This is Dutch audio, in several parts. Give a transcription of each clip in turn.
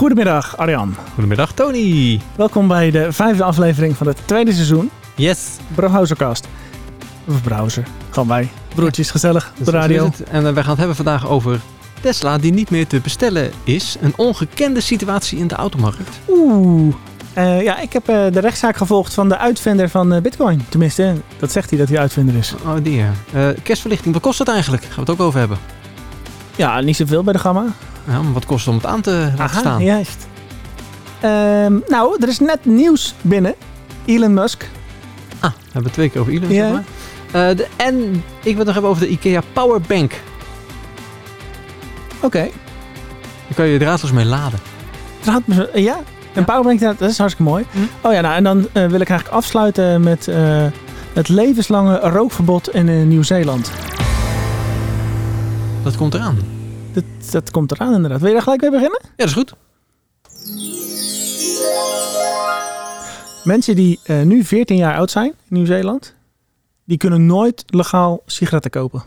Goedemiddag Arjan. Goedemiddag Tony. Welkom bij de 5e aflevering van het tweede seizoen. Yes. Brohousercast. Of Browser. Gewoon wij. Broertjes, gezellig op de radio. En wij gaan het hebben vandaag over Tesla die niet meer te bestellen is. Een ongekende situatie in de automarkt. Ik heb de rechtszaak gevolgd van de uitvinder van Bitcoin. Tenminste, dat zegt hij dat hij uitvinder is. Oh die kerstverlichting, wat kost het eigenlijk? Gaan we het ook over hebben. Ja, niet zoveel bij de Gamma. Ja, maar wat kost het om het aan te laten staan? Juist. Er is net nieuws binnen. Elon Musk. We hebben 2 keer over Elon, zeg maar. En ik wil het nog hebben over de IKEA Powerbank. Oké. Daar kan je draadloos mee laden. Een powerbank, dat is hartstikke mooi. En dan wil ik eigenlijk afsluiten met het levenslange rookverbod in Nieuw-Zeeland. Dat komt eraan. Dat komt eraan inderdaad. Wil je daar gelijk mee beginnen? Ja, dat is goed. Mensen die nu 14 jaar oud zijn in Nieuw-Zeeland, die kunnen nooit legaal sigaretten kopen.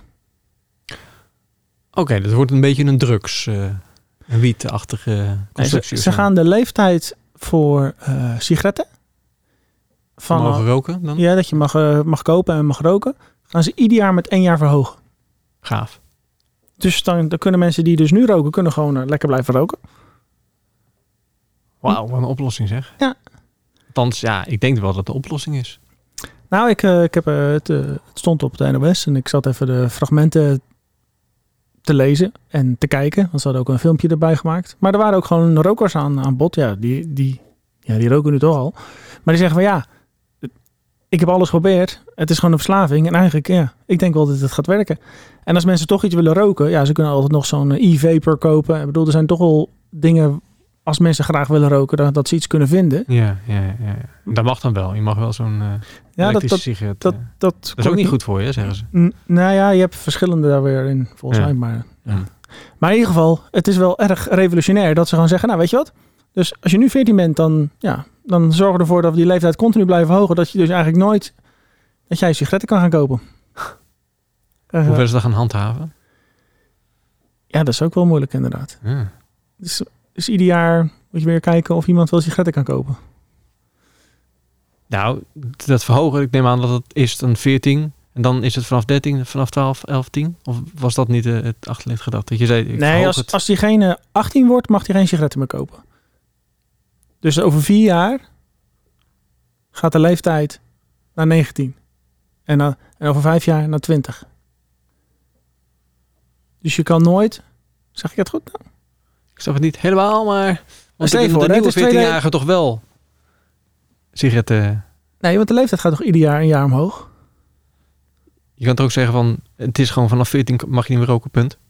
Oké, dat wordt een beetje een drugs, een wietachtige constructie. Ze gaan de leeftijd voor sigaretten van mogen roken dan? Ja, dat je mag kopen en mag roken, gaan ze ieder jaar met 1 jaar verhogen. Gaaf. Dus dan kunnen mensen die dus nu roken, kunnen gewoon lekker blijven roken. Wauw, wat een oplossing zeg. Ja. Althans, ik denk wel dat het de oplossing is. Nou, ik heb het stond op de NOS en ik zat even de fragmenten te lezen en te kijken. Want ze hadden ook een filmpje erbij gemaakt. Maar er waren ook gewoon rokers aan bod. Ja, die roken nu toch al. Maar die zeggen van ik heb alles geprobeerd. Het is gewoon een verslaving. En eigenlijk, ik denk wel dat het gaat werken. En als mensen toch iets willen roken, ze kunnen altijd nog zo'n e-vapor kopen. Ik bedoel, er zijn toch wel dingen, als mensen graag willen roken, dat ze iets kunnen vinden. Ja. Dat mag dan wel. Je mag wel zo'n elektrische sigaret. Dat is ook niet goed voor je, zeggen ze. Je hebt verschillende daar weer in, volgens mij. Maar in ieder geval, het is wel erg revolutionair dat ze gewoon zeggen, weet je wat? Dus als je nu 14 bent, dan zorgen we ervoor dat we die leeftijd continu blijven verhogen. Dat je dus eigenlijk nooit, dat jij sigaretten kan gaan kopen. Hoe willen ze dat gaan handhaven? Ja, dat is ook wel moeilijk inderdaad. Ja. Dus ieder jaar moet je weer kijken of iemand wel sigaretten kan kopen. Nou, dat verhogen, ik neem aan dat het is dan 14 en dan is het vanaf 13, vanaf 12, 11, 10? Of was dat niet het achterliggende gedachte? Dat je zei, als diegene 18 wordt, mag hij geen sigaretten meer kopen. Dus over 4 jaar gaat de leeftijd naar 19. En over 5 jaar naar 20. Dus je kan nooit... Zeg ik het goed? Nou? Ik snap het niet helemaal, maar... Want de nieuwe 14-jarige toch wel sigaretten... Nee, want de leeftijd gaat toch ieder jaar een jaar omhoog? Je kan toch ook zeggen van... Het is gewoon vanaf 14 mag je niet meer roken, punt.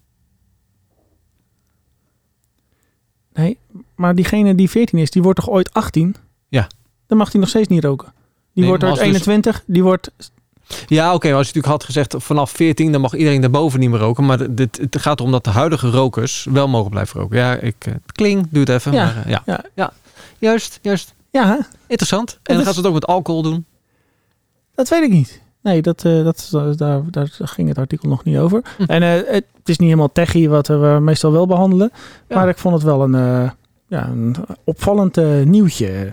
Nee, maar diegene die 14 is, die wordt toch ooit 18? Ja. Dan mag hij nog steeds niet roken. Die wordt ooit 21, die wordt... Ja, oké, maar als je natuurlijk had gezegd vanaf 14, dan mag iedereen daarboven niet meer roken. Maar het gaat erom dat de huidige rokers wel mogen blijven roken. Ja, doe het even. Ja, maar, ja. Juist. Ja. Interessant. En dan gaan ze het ook met alcohol doen? Dat weet ik niet. Nee, daar ging het artikel nog niet over. En het is niet helemaal techie wat we meestal wel behandelen. Ja. Maar ik vond het wel een opvallend nieuwtje.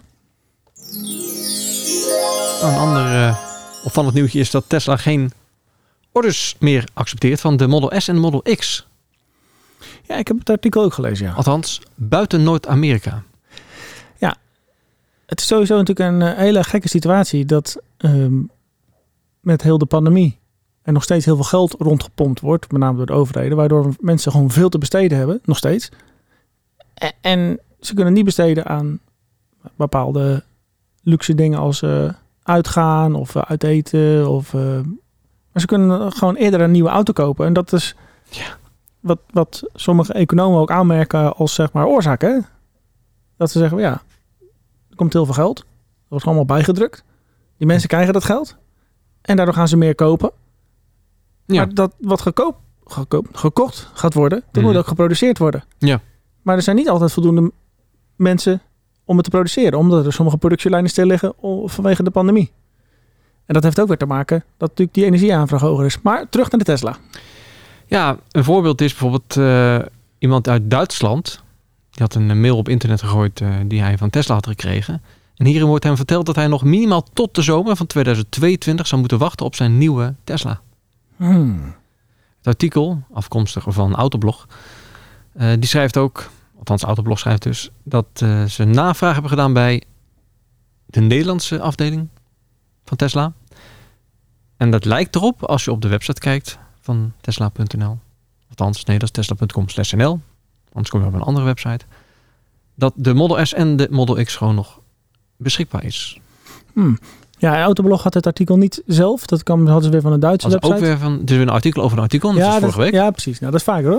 Een ander opvallend nieuwtje is dat Tesla geen orders meer accepteert van de Model S en de Model X. Ja, ik heb het artikel ook gelezen, ja. Althans, buiten Noord-Amerika. Ja, het is sowieso natuurlijk een hele gekke situatie dat met heel de pandemie er nog steeds heel veel geld rondgepompt wordt, met name door de overheden, waardoor mensen gewoon veel te besteden hebben, nog steeds. En ze kunnen niet besteden aan bepaalde luxe dingen als uitgaan of uit eten. Maar ze kunnen gewoon eerder een nieuwe auto kopen. En dat is wat sommige economen ook aanmerken als zeg maar oorzaak. Hè? Dat ze zeggen, er komt heel veel geld. Dat wordt allemaal bijgedrukt. Die mensen krijgen dat geld. En daardoor gaan ze meer kopen. Ja. Maar dat wat gekocht gaat worden, dat moet ook geproduceerd worden. Ja. Maar er zijn niet altijd voldoende mensen om het te produceren. Omdat er sommige productielijnen stil liggen vanwege de pandemie. En dat heeft ook weer te maken dat natuurlijk die energieaanvraag hoger is. Maar terug naar de Tesla. Ja, een voorbeeld is bijvoorbeeld iemand uit Duitsland. Die had een mail op internet gegooid die hij van Tesla had gekregen. En hierin wordt hem verteld dat hij nog minimaal tot de zomer van 2022 zou moeten wachten op zijn nieuwe Tesla. Het artikel, afkomstig van Autoblog, die schrijft ook, althans Autoblog schrijft dus, dat ze navraag hebben gedaan bij de Nederlandse afdeling van Tesla. En dat lijkt erop, als je op de website kijkt van Tesla.nl, althans nee, dat is tesla.com/nl, anders kom je op een andere website, dat de Model S en de Model X gewoon nog beschikbaar is. Ja, Autoblog had het artikel niet zelf. Dat hadden ze weer van een Duitse website. Ook weer het is weer een artikel over een artikel. Dat was vorige week. Ja, precies. Nou, dat is vaker hoor.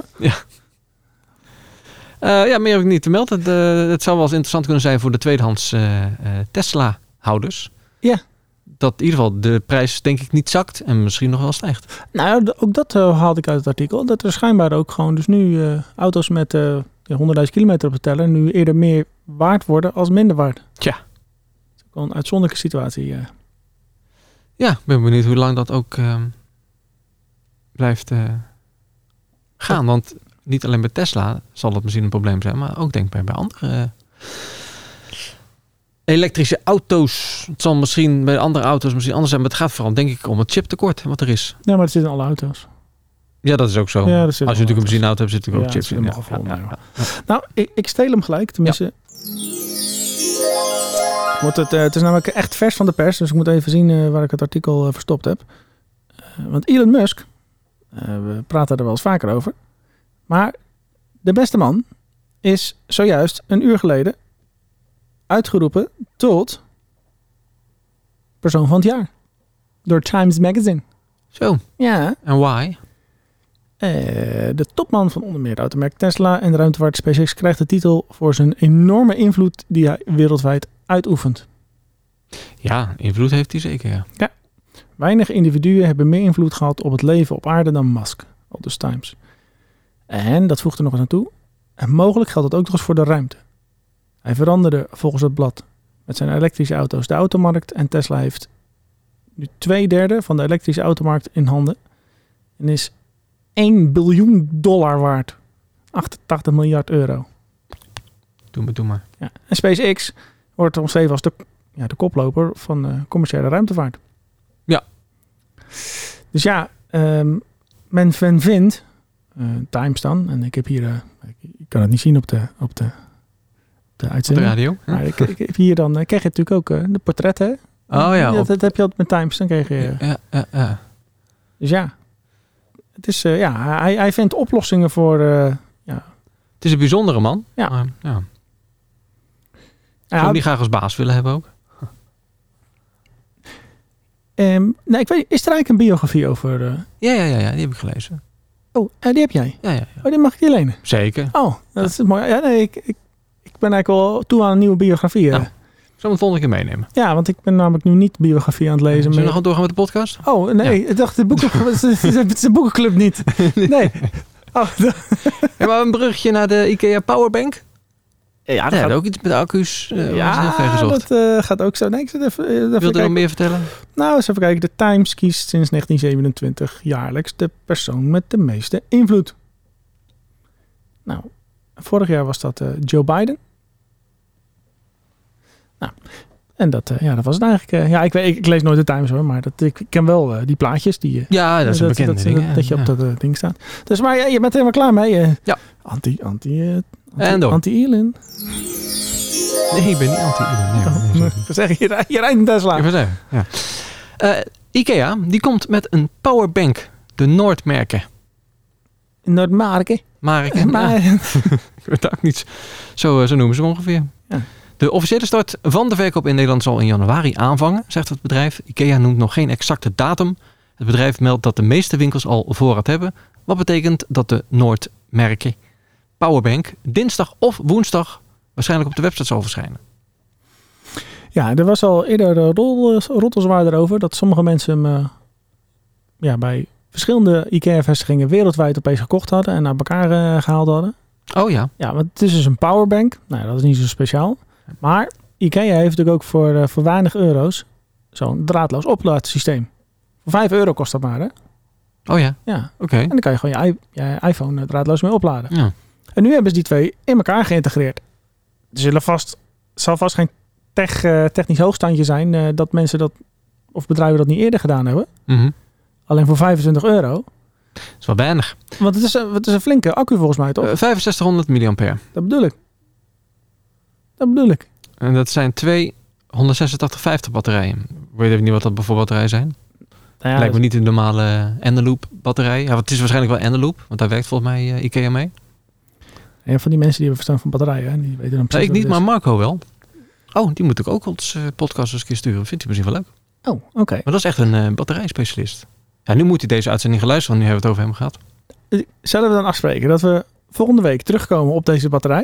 Ja. Meer heb ik niet te melden. Het zou wel eens interessant kunnen zijn voor de tweedehands Tesla-houders. Ja. Dat in ieder geval de prijs denk ik niet zakt en misschien nog wel stijgt. Nou, ook dat haalde ik uit het artikel. Dat er schijnbaar ook gewoon dus nu auto's met 100.000 kilometer op de teller nu eerder meer waard worden als minder waard. Tja. Dat is ook wel een uitzonderlijke situatie. Ja, ik ben benieuwd hoe lang dat ook blijft gaan. Want niet alleen bij Tesla zal dat misschien een probleem zijn, maar ook denk ik bij andere elektrische auto's. Het zal misschien bij andere auto's misschien anders zijn, maar het gaat vooral denk ik om het chiptekort wat er is. Ja, maar het zit in alle auto's. Ja, dat is ook zo. Ja, als je natuurlijk een benzineauto hebt, zit er ook chips in. Ja. Nou, ik steel hem gelijk. Tenminste. Ja. Het is namelijk echt vers van de pers, dus ik moet even zien waar ik het artikel verstopt heb. Want Elon Musk, we praten er wel eens vaker over, maar de beste man is zojuist een uur geleden uitgeroepen tot persoon van het jaar door Times Magazine. Zo. Ja. En why? De topman van onder meer het automerk Tesla en de ruimtevaart SpaceX krijgt de titel voor zijn enorme invloed die hij wereldwijd uitoefent. Ja, invloed heeft hij zeker, ja. Weinig individuen hebben meer invloed gehad op het leven op aarde dan Musk, aldus Times. En dat voegt er nog eens aan toe. En mogelijk geldt dat ook nog eens voor de ruimte. Hij veranderde volgens het blad met zijn elektrische auto's de automarkt en Tesla heeft nu 2/3 van de elektrische automarkt in handen en is $1 biljoen waard. 88 miljard euro. Doe maar. Ja. En SpaceX wordt omschreven als de koploper van commerciële ruimtevaart. Ja. Dus ja, men vindt, Times dan, en ik heb hier, ik kan het niet zien op de uitzending. Op de radio. Maar ik heb hier dan, krijg je natuurlijk ook de portretten. Oh ja. Dat heb je altijd met Times, dan krijg je... Ja. Dus ja, het is, hij vindt oplossingen voor... Het is een bijzondere man. Ja. Ja. Zou je die graag als baas willen hebben ook? Nou, ik weet, is er eigenlijk een biografie over? Ja, die heb ik gelezen. Oh, die heb jij? Ja. Oh, die mag ik je lenen? Zeker. Oh, dat is mooi. Ja, nee, ik ben eigenlijk wel toe aan een nieuwe biografie. Nou, zullen we het volgende keer meenemen? Ja, want ik ben namelijk nu niet biografie aan het lezen. Zullen we nog gaan doorgaan met de podcast? Oh, nee. Ja. Ik dacht, het is een boekenclub niet. Nee. Oh, ja, maar een brugje naar de IKEA Powerbank? Ja, dat gaat ook iets met accu's. Dat gaat ook zo. Nee, ik zit even Wilt u nog meer vertellen? Nou, eens even kijken. De Times kiest sinds 1927 jaarlijks de persoon met de meeste invloed. Nou, vorig jaar was dat Joe Biden. Nou, en dat was het eigenlijk. Ik lees nooit de Times hoor, maar ik ken wel die plaatjes. Dat is een bekende ding. Dat je op dat ding staat. Dus maar je bent helemaal klaar mee. Ja. Anti-Elon. Nee, ik ben niet anti-Elon. Nee, je rijdt een Tesla. Ik wil zeggen, ja. IKEA, die komt met een powerbank. De Noordmerken. Noordmarken? Marken. Ik weet ook niet. Zo noemen ze hem ongeveer. Ja. De officiële start van de verkoop in Nederland zal in januari aanvangen, zegt het bedrijf. IKEA noemt nog geen exacte datum. Het bedrijf meldt dat de meeste winkels al voorraad hebben. Wat betekent dat de Noordmerken powerbank dinsdag of woensdag waarschijnlijk op de website zal verschijnen. Ja, er was al eerder rottelswaar erover dat sommige mensen hem bij verschillende IKEA-vestigingen wereldwijd opeens gekocht hadden en naar elkaar gehaald hadden. Oh ja. Ja, want het is dus een powerbank. Nou, dat is niet zo speciaal. Maar IKEA heeft natuurlijk ook voor weinig euro's zo'n draadloos oplaadsysteem. Voor €5 kost dat maar, hè? Oh ja? Ja. Oké. En dan kan je gewoon je iPhone draadloos mee opladen. Ja. En nu hebben ze die twee in elkaar geïntegreerd. Er zal vast geen technisch hoogstandje zijn dat mensen dat, of bedrijven dat niet eerder gedaan hebben. Mm-hmm. Alleen voor €25. Dat is wel weinig. Want het is een flinke accu volgens mij, toch? 6500 mAh. Dat bedoel ik. En dat zijn 2 18650 batterijen. Ik weet even niet wat dat voor batterijen zijn. Nou ja, Lijkt me niet een normale Eneloop batterij. Ja, het is waarschijnlijk wel Eneloop, want daar werkt volgens mij IKEA mee. En van die mensen die hebben verstand van batterijen. Hè? Die weten dan precies Ik niet, maar Marco wel. Oh, die moet ik ook ons podcast eens een keer sturen. Vindt hij misschien wel leuk. Oh, oké. Maar dat is echt een batterijspecialist. Ja, nu moet hij deze uitzending gaan luisteren, want nu hebben we het over hem gehad. Zullen we dan afspreken dat we volgende week terugkomen op deze batterij?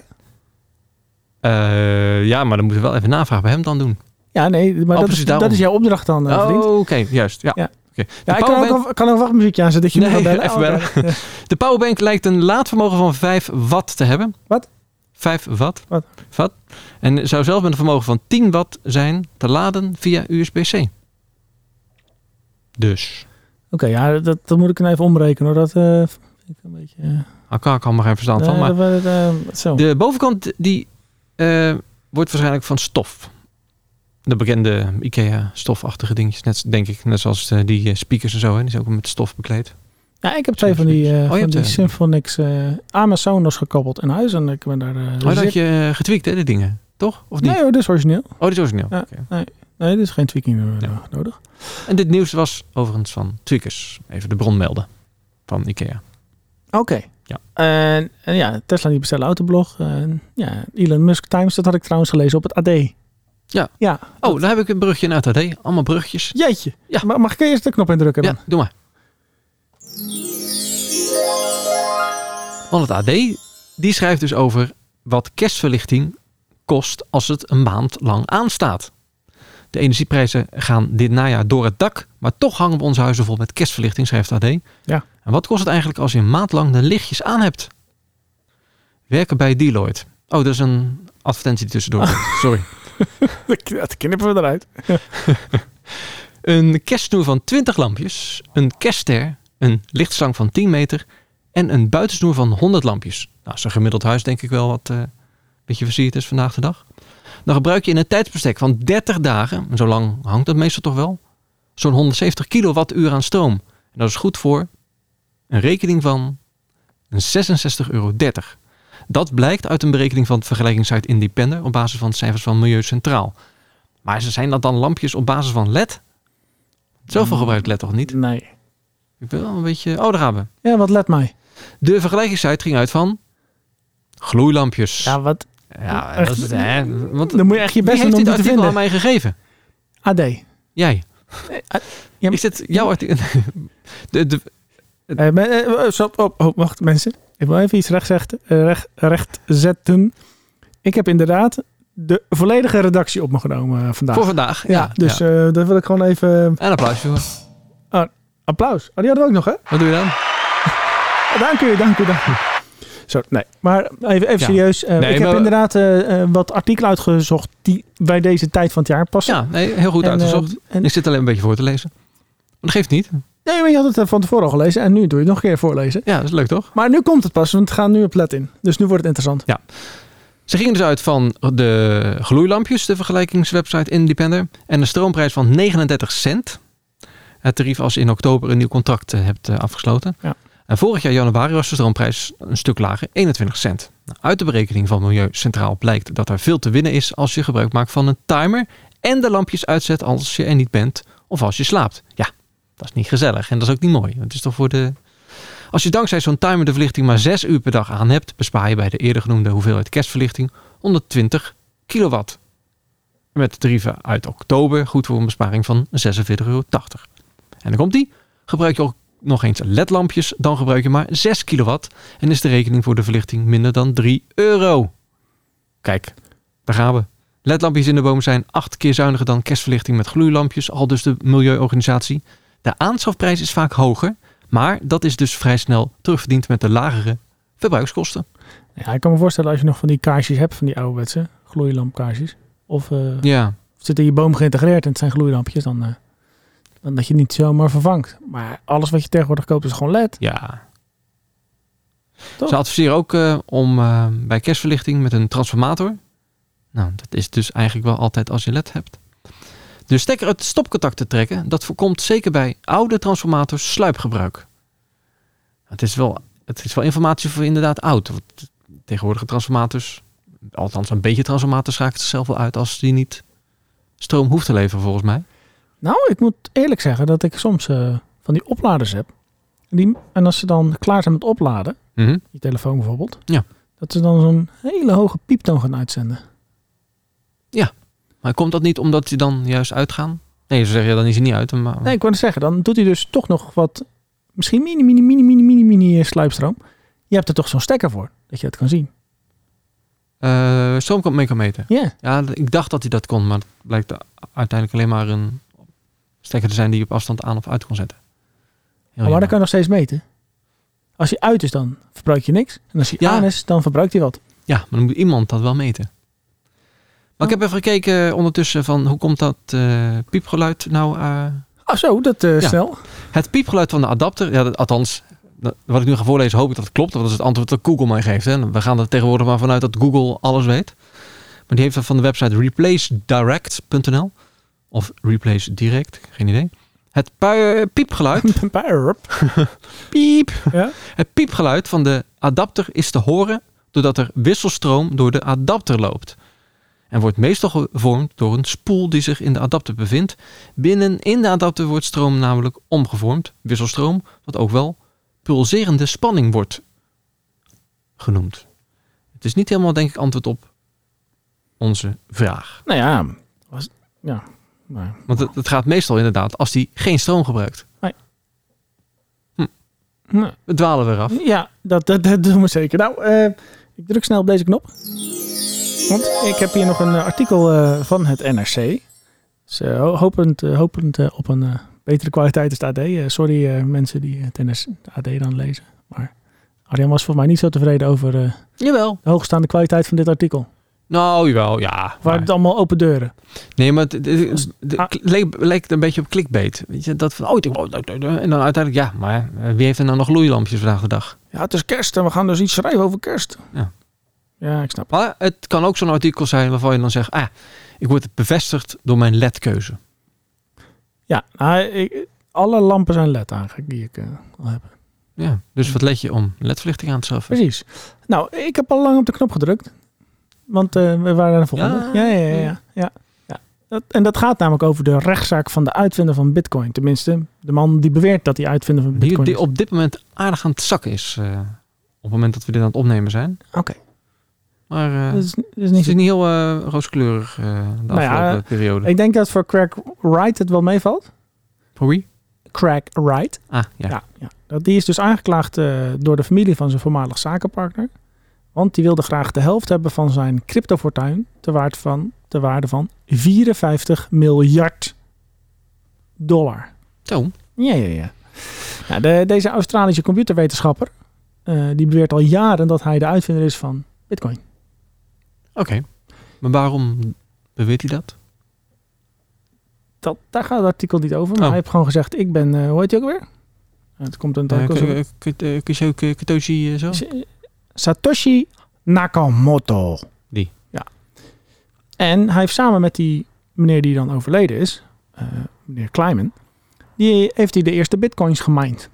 Ja, maar dan moeten we wel even navragen bij hem dan doen. Ja, nee, maar dat is jouw opdracht dan, vriend. Oké, juist. Ja. Ja. Okay. Ja, ik kan ook wachtmuziekje aanzetten dat je nu gaat bellen. Even bellen. Ja. De powerbank lijkt een laadvermogen van 5 watt te hebben. Wat? 5 watt. En zou zelf met een vermogen van 10 watt zijn te laden via USB-C. Dus. Oké, ja, dat moet ik dan even omrekenen. Hoor. Dat vind ik een beetje... Ik kan maar geen verstand van. Maar zo. De bovenkant die wordt waarschijnlijk van stof. De bekende IKEA stofachtige dingetjes. Net zoals die speakers en zo. Hè. Die zijn ook met stof bekleed. Ja, ik heb 2 van die Symphonics Amazonos gekoppeld in huis. En ik ben daar... dat had je getweakt, hè, de dingen? Toch? Of niet? Nee hoor, dit is origineel. Oh, dit is origineel. Ja, okay. Nee, dit is geen tweaking nodig. En dit nieuws was overigens van Tweakers. Even de bron melden van IKEA. Oké. Ja. En ja, Tesla die bestellen autoblog. Elon Musk Times, dat had ik trouwens gelezen op het AD. Ja. Oh, daar heb ik een brugje naar het AD. Allemaal bruggetjes. Jeetje. Ja. Mag ik eerst de knop indrukken dan? Ja, doe maar. Want het AD, die schrijft dus over wat kerstverlichting kost als het een maand lang aanstaat. De energieprijzen gaan dit najaar door het dak, maar toch hangen we onze huizen vol met kerstverlichting, schrijft het AD. Ja. En wat kost het eigenlijk als je een maand lang de lichtjes aan hebt? Werken bij Deloitte. Oh, dat is een advertentie tussendoor. Sorry. Dat knippen we eruit. Een kerstsnoer van 20 lampjes, een kerstster, een lichtslang van 10 meter en een buitensnoer van 100 lampjes. Nou, zo'n gemiddeld huis denk ik wel wat een beetje versierd is vandaag de dag. Dan gebruik je in een tijdsbestek van 30 dagen, en zo lang hangt dat meestal toch wel, zo'n 170 kilowattuur aan stroom. En dat is goed voor een rekening van €66,30. Dat blijkt uit een berekening van het vergelijkingssite Independer op basis van de cijfers van Milieu Centraal. Maar zijn dat dan lampjes op basis van LED? Zoveel gebruikt LED toch niet? Nee. Ik wil wel een beetje... Oh, daar gaan we. Ja, wat let mij. De vergelijkingssite ging uit van gloeilampjes. Ja, wat? Ja, dat is het, hè? Want dan moet je echt je best doen om dit te vinden. Wie heeft dit artikel aan mij gegeven? AD. Jij. Ja, is dit jouw artikel? Wacht mensen. Ik wil even iets recht zetten. Ik heb inderdaad de volledige redactie op me genomen vandaag. Voor vandaag. Ja, dus dat wil ik gewoon even... En applausje voor. Applaus. Die hadden we ook nog, hè? Wat doe je dan? Dank u. Zo, nee. Maar even serieus. Ik heb inderdaad wat artikelen uitgezocht die bij deze tijd van het jaar passen. Ja, nee, heel goed uitgezocht. Ik zit alleen een beetje voor te lezen. Maar dat geeft niet. Nee, maar je had het van tevoren al gelezen en nu doe je het nog een keer voorlezen. Ja, dat is leuk toch? Maar nu komt het pas, want we gaan nu op LED in. Dus nu wordt het interessant. Ja. Ze gingen dus uit van de gloeilampjes, de vergelijkingswebsite Independer, en een stroomprijs van 39 cent. Het tarief als je in oktober een nieuw contract hebt afgesloten. Ja. En vorig jaar januari was de stroomprijs een stuk lager, 21 cent. Nou, uit de berekening van Milieu Centraal blijkt dat er veel te winnen is als je gebruik maakt van een timer en de lampjes uitzet als je er niet bent of als je slaapt. Ja, dat is niet gezellig en dat is ook niet mooi. Het is toch voor de... Als je dankzij zo'n timer de verlichting maar 6 uur per dag aan hebt, bespaar je bij de eerder genoemde hoeveelheid kerstverlichting 120 kilowatt. Met de tarieven uit oktober goed voor een besparing van €46,80. En dan komt die. Gebruik je ook nog eens LED-lampjes, dan gebruik je maar 6 kilowatt en is de rekening voor de verlichting minder dan €3. Kijk, daar gaan we. LED-lampjes in de boom zijn 8 keer zuiniger dan kerstverlichting met gloeilampjes, al dus de milieuorganisatie. De aanschafprijs is vaak hoger, maar dat is dus vrij snel terugverdiend met de lagere verbruikskosten. Ja, ik kan me voorstellen als je nog van die kaarsjes hebt, van die ouderwetse gloeilampkaarsjes. Of zit in je boom geïntegreerd en het zijn gloeilampjes, dan dat je niet zomaar vervangt. Maar alles wat je tegenwoordig koopt is gewoon LED. Ja. Toch? Ze adviseren ook om bij kerstverlichting met een transformator. Nou, dat is dus eigenlijk wel altijd als je LED hebt. De stekker uit het stopcontact te trekken. Dat voorkomt zeker bij oude transformators sluipgebruik. Het is wel informatie voor inderdaad oud. Want tegenwoordige transformators, althans een beetje transformators, schakelt zichzelf wel uit als die niet stroom hoeft te leveren volgens mij. Nou, ik moet eerlijk zeggen dat ik soms van die opladers heb. En als ze dan klaar zijn met opladen, je telefoon bijvoorbeeld, dat ze dan zo'n hele hoge pieptoon gaan uitzenden. Ja, maar komt dat niet omdat die dan juist uitgaan? Nee, ze zeggen dan is hij niet uit. Maar... Nee, ik wou zeggen, dan doet hij dus toch nog wat, misschien mini sluipstroom. Je hebt er toch zo'n stekker voor, dat je het kan zien. Stroom kan mee kan meten. Yeah. Ja, ik dacht dat hij dat kon, maar het blijkt uiteindelijk alleen maar een stekker te zijn die je op afstand aan of uit kon zetten. Maar dan kan je nog steeds meten. Als hij uit is, dan verbruik je niks. En als hij aan is, dan verbruikt hij wat. Ja, maar dan moet iemand dat wel meten. Maar ik heb even gekeken ondertussen van hoe komt dat piepgeluid nou... snel. Het piepgeluid van de adapter, althans, wat ik nu ga voorlezen hoop ik dat het klopt. Want dat is het antwoord dat Google mij geeft. Hè. We gaan er tegenwoordig maar vanuit dat Google alles weet. Maar die heeft dat van de website replacedirect.nl. Of Replace Direct, geen idee. Het piepgeluid. Piep. Ja? Het piepgeluid van de adapter is te horen doordat er wisselstroom door de adapter loopt. En wordt meestal gevormd door een spoel die zich in de adapter bevindt. Binnenin de adapter wordt stroom namelijk omgevormd. Wisselstroom, wat ook wel pulserende spanning wordt genoemd. Het is niet helemaal, denk ik, antwoord op onze vraag. Nou ja, Want het gaat meestal inderdaad als die geen stroom gebruikt. Nee. We dwalen weer af. Ja, dat doen we zeker. Nou, ik druk snel op deze knop. Want ik heb hier nog een artikel van het NRC. Dus, hopend op een betere kwaliteit als het AD. Sorry mensen die het AD dan lezen. Maar Arjan was voor mij niet zo tevreden over Jawel. de hoogstaande kwaliteit van dit artikel. Nou, jawel, ja. Waar het allemaal open deuren. Nee, maar het leek een beetje op clickbait. Weet je, dat van, en dan uiteindelijk, ja, maar wie heeft er nou nog gloeilampjes vandaag de dag? Ja, het is kerst en we gaan dus iets schrijven over kerst. Ja, ik snap. Maar het kan ook zo'n artikel zijn waarvan je dan zegt, ik word bevestigd door mijn LED-keuze. Ja, alle lampen zijn LED eigenlijk die ik al heb. Ja, dus wat let je om LED-verlichting aan te schaffen? Precies. Nou, ik heb al lang op de knop gedrukt. Want we waren aan de volgende. Ja. En dat gaat namelijk over de rechtszaak van de uitvinder van Bitcoin. Tenminste, de man die beweert dat hij uitvinder van Bitcoin die op dit moment aardig aan het zakken is. Op het moment dat we dit aan het opnemen zijn. Oké. Maar dat is niet heel rooskleurig de afgelopen periode. Ik denk dat voor Craig Wright het wel meevalt. Voor wie? Craig Wright. Ja. Die is dus aangeklaagd door de familie van zijn voormalig zakenpartner. Want die wilde graag de helft hebben van zijn cryptofortuin ter waarde van $54 miljard. Zo. Ja. Nou, deze Australische computerwetenschapper die beweert al jaren dat hij de uitvinder is van Bitcoin. Oké. Maar waarom beweert hij dat? Daar gaat het artikel niet over. Maar hij heeft gewoon gezegd, ik ben, hoe heet hij ook weer? Het komt een Satoshi zo? Satoshi Nakamoto. Die. Ja. En hij heeft samen met die meneer die dan overleden is, meneer Kleiman, heeft hij de eerste bitcoins gemined.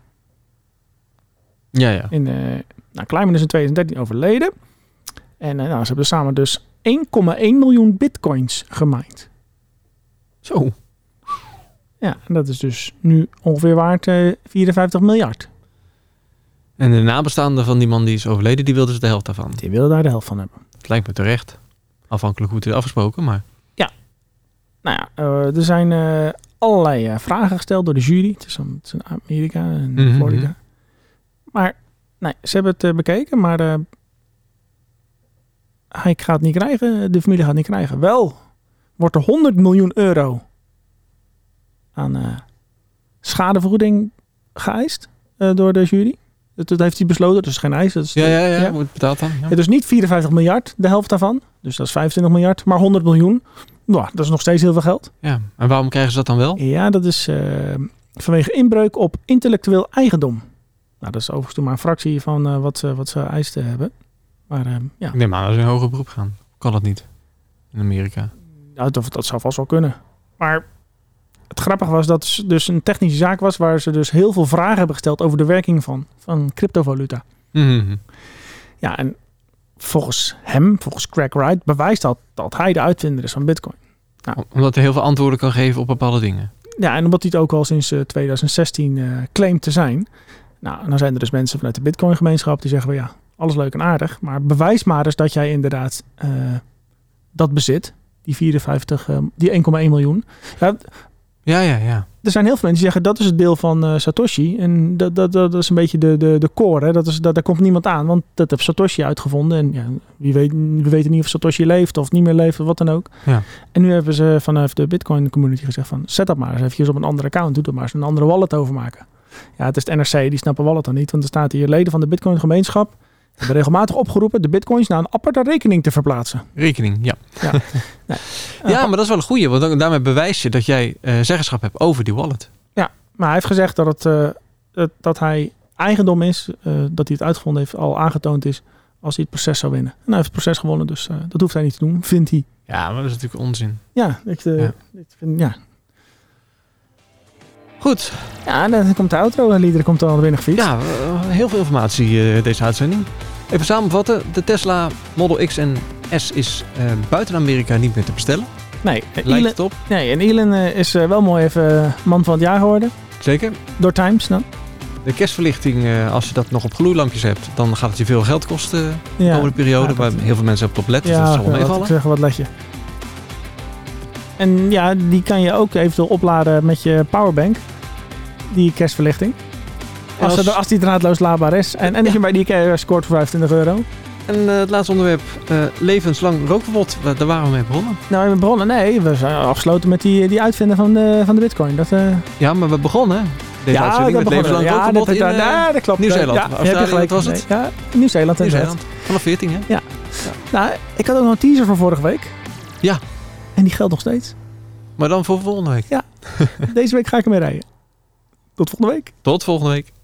Ja. Kleiman is in 2013 overleden. En ze hebben samen dus 1,1 miljoen bitcoins gemined. Zo. Ja, en dat is dus nu ongeveer waard 54 miljard. En de nabestaanden van die man die is overleden, die wilden ze de helft daarvan. Die willen daar de helft van hebben. Het lijkt me terecht. Afhankelijk hoe het is afgesproken, maar... Ja. Nou ja, er zijn allerlei vragen gesteld door de jury. Het is in Amerika en Florida. Maar nee, ze hebben het bekeken, maar hij gaat het niet krijgen. De familie gaat het niet krijgen. Wel wordt er 100 miljoen euro aan schadevergoeding geëist door de jury. Dat heeft hij besloten, dus geen eis. Dat is wordt betaald dan. Ja. Ja, dus niet 54 miljard, de helft daarvan. Dus dat is 25 miljard, maar 100 miljoen. Nou, dat is nog steeds heel veel geld. Ja, en waarom krijgen ze dat dan wel? Ja, dat is vanwege inbreuk op intellectueel eigendom. Nou, dat is overigens toen maar een fractie van wat ze eisten hebben. Maar ja. Ik neem aan dat ze in hoger beroep gaan. Kan dat niet in Amerika? Ja, dat zou vast wel kunnen. Maar het grappige was dat het dus een technische zaak was waar ze dus heel veel vragen hebben gesteld over de werking van cryptovaluta. Mm-hmm. Ja, en volgens Craig Wright, bewijst dat hij de uitvinder is van Bitcoin. Nou, omdat hij heel veel antwoorden kan geven op bepaalde dingen. Ja, en omdat hij het ook al sinds 2016 claimt te zijn. Nou, dan zijn er dus mensen vanuit de Bitcoin-gemeenschap die zeggen, ja, alles leuk en aardig, maar bewijs maar eens dat jij inderdaad dat bezit. Die 1,1 miljoen. Ja. Er zijn heel veel mensen die zeggen dat is het deel van Satoshi. En dat is een beetje de core. Hè? Daar komt niemand aan, want dat heeft Satoshi uitgevonden. En ja, we weten niet of Satoshi leeft of niet meer leeft of wat dan ook. Ja. En nu hebben ze vanuit de Bitcoin community gezegd van zet dat maar eens eventjes op een andere account. Doe dat maar eens een andere wallet overmaken. Ja, het is het NRC, die snappen wallet dan niet. Want er staat hier leden van de Bitcoin gemeenschap hebben regelmatig opgeroepen de bitcoins naar een aparte rekening te verplaatsen. Rekening, ja. Ja, nee. Ja, maar dat is wel een goeie, want daarmee bewijs je dat jij zeggenschap hebt over die wallet. Ja, maar hij heeft gezegd dat hij eigendom is, dat hij het uitgevonden heeft, al aangetoond is als hij het proces zou winnen. En hij heeft het proces gewonnen, dus dat hoeft hij niet te doen, vindt hij. Ja, maar dat is natuurlijk onzin. Ja, ja. Goed. Ja, en dan komt de outro-lieder, komt dan binnen gefietst. Ja, heel veel informatie deze uitzending. Even samenvatten. De Tesla Model X en S is buiten Amerika niet meer te bestellen. Nee, lijkt het op. Nee, en Elon is wel mooi even man van het jaar geworden. Zeker. Door Times dan. De kerstverlichting, als je dat nog op gloeilampjes hebt, dan gaat het je veel geld kosten de komende periode. Waar heel veel mensen op let, dus dat zal wel meevallen. Ik zeg, wat let je. En ja, die kan je ook eventueel opladen met je powerbank. Die kerstverlichting. Als die draadloos laadbaar is. En als je bij die scoort voor €25. En het laatste onderwerp, levenslang rookverbod. Daar waren we mee begonnen. Nou, we begonnen? Nee, we zijn afgesloten met die uitvinder van de bitcoin. Ja, maar we begonnen. Deze uitzending met levenslang rookverbod in dat klopt. Nieuw-Zeeland. Ja, heb je gelijk. Was het? Ja, Nieuw-Zeeland. Vanaf 14, hè? Ja. Nou, ik had ook nog een teaser voor vorige week. Ja. En die geldt nog steeds. Maar dan voor volgende week. Ja. Deze week ga ik ermee rijden. Tot volgende week. Tot volgende week.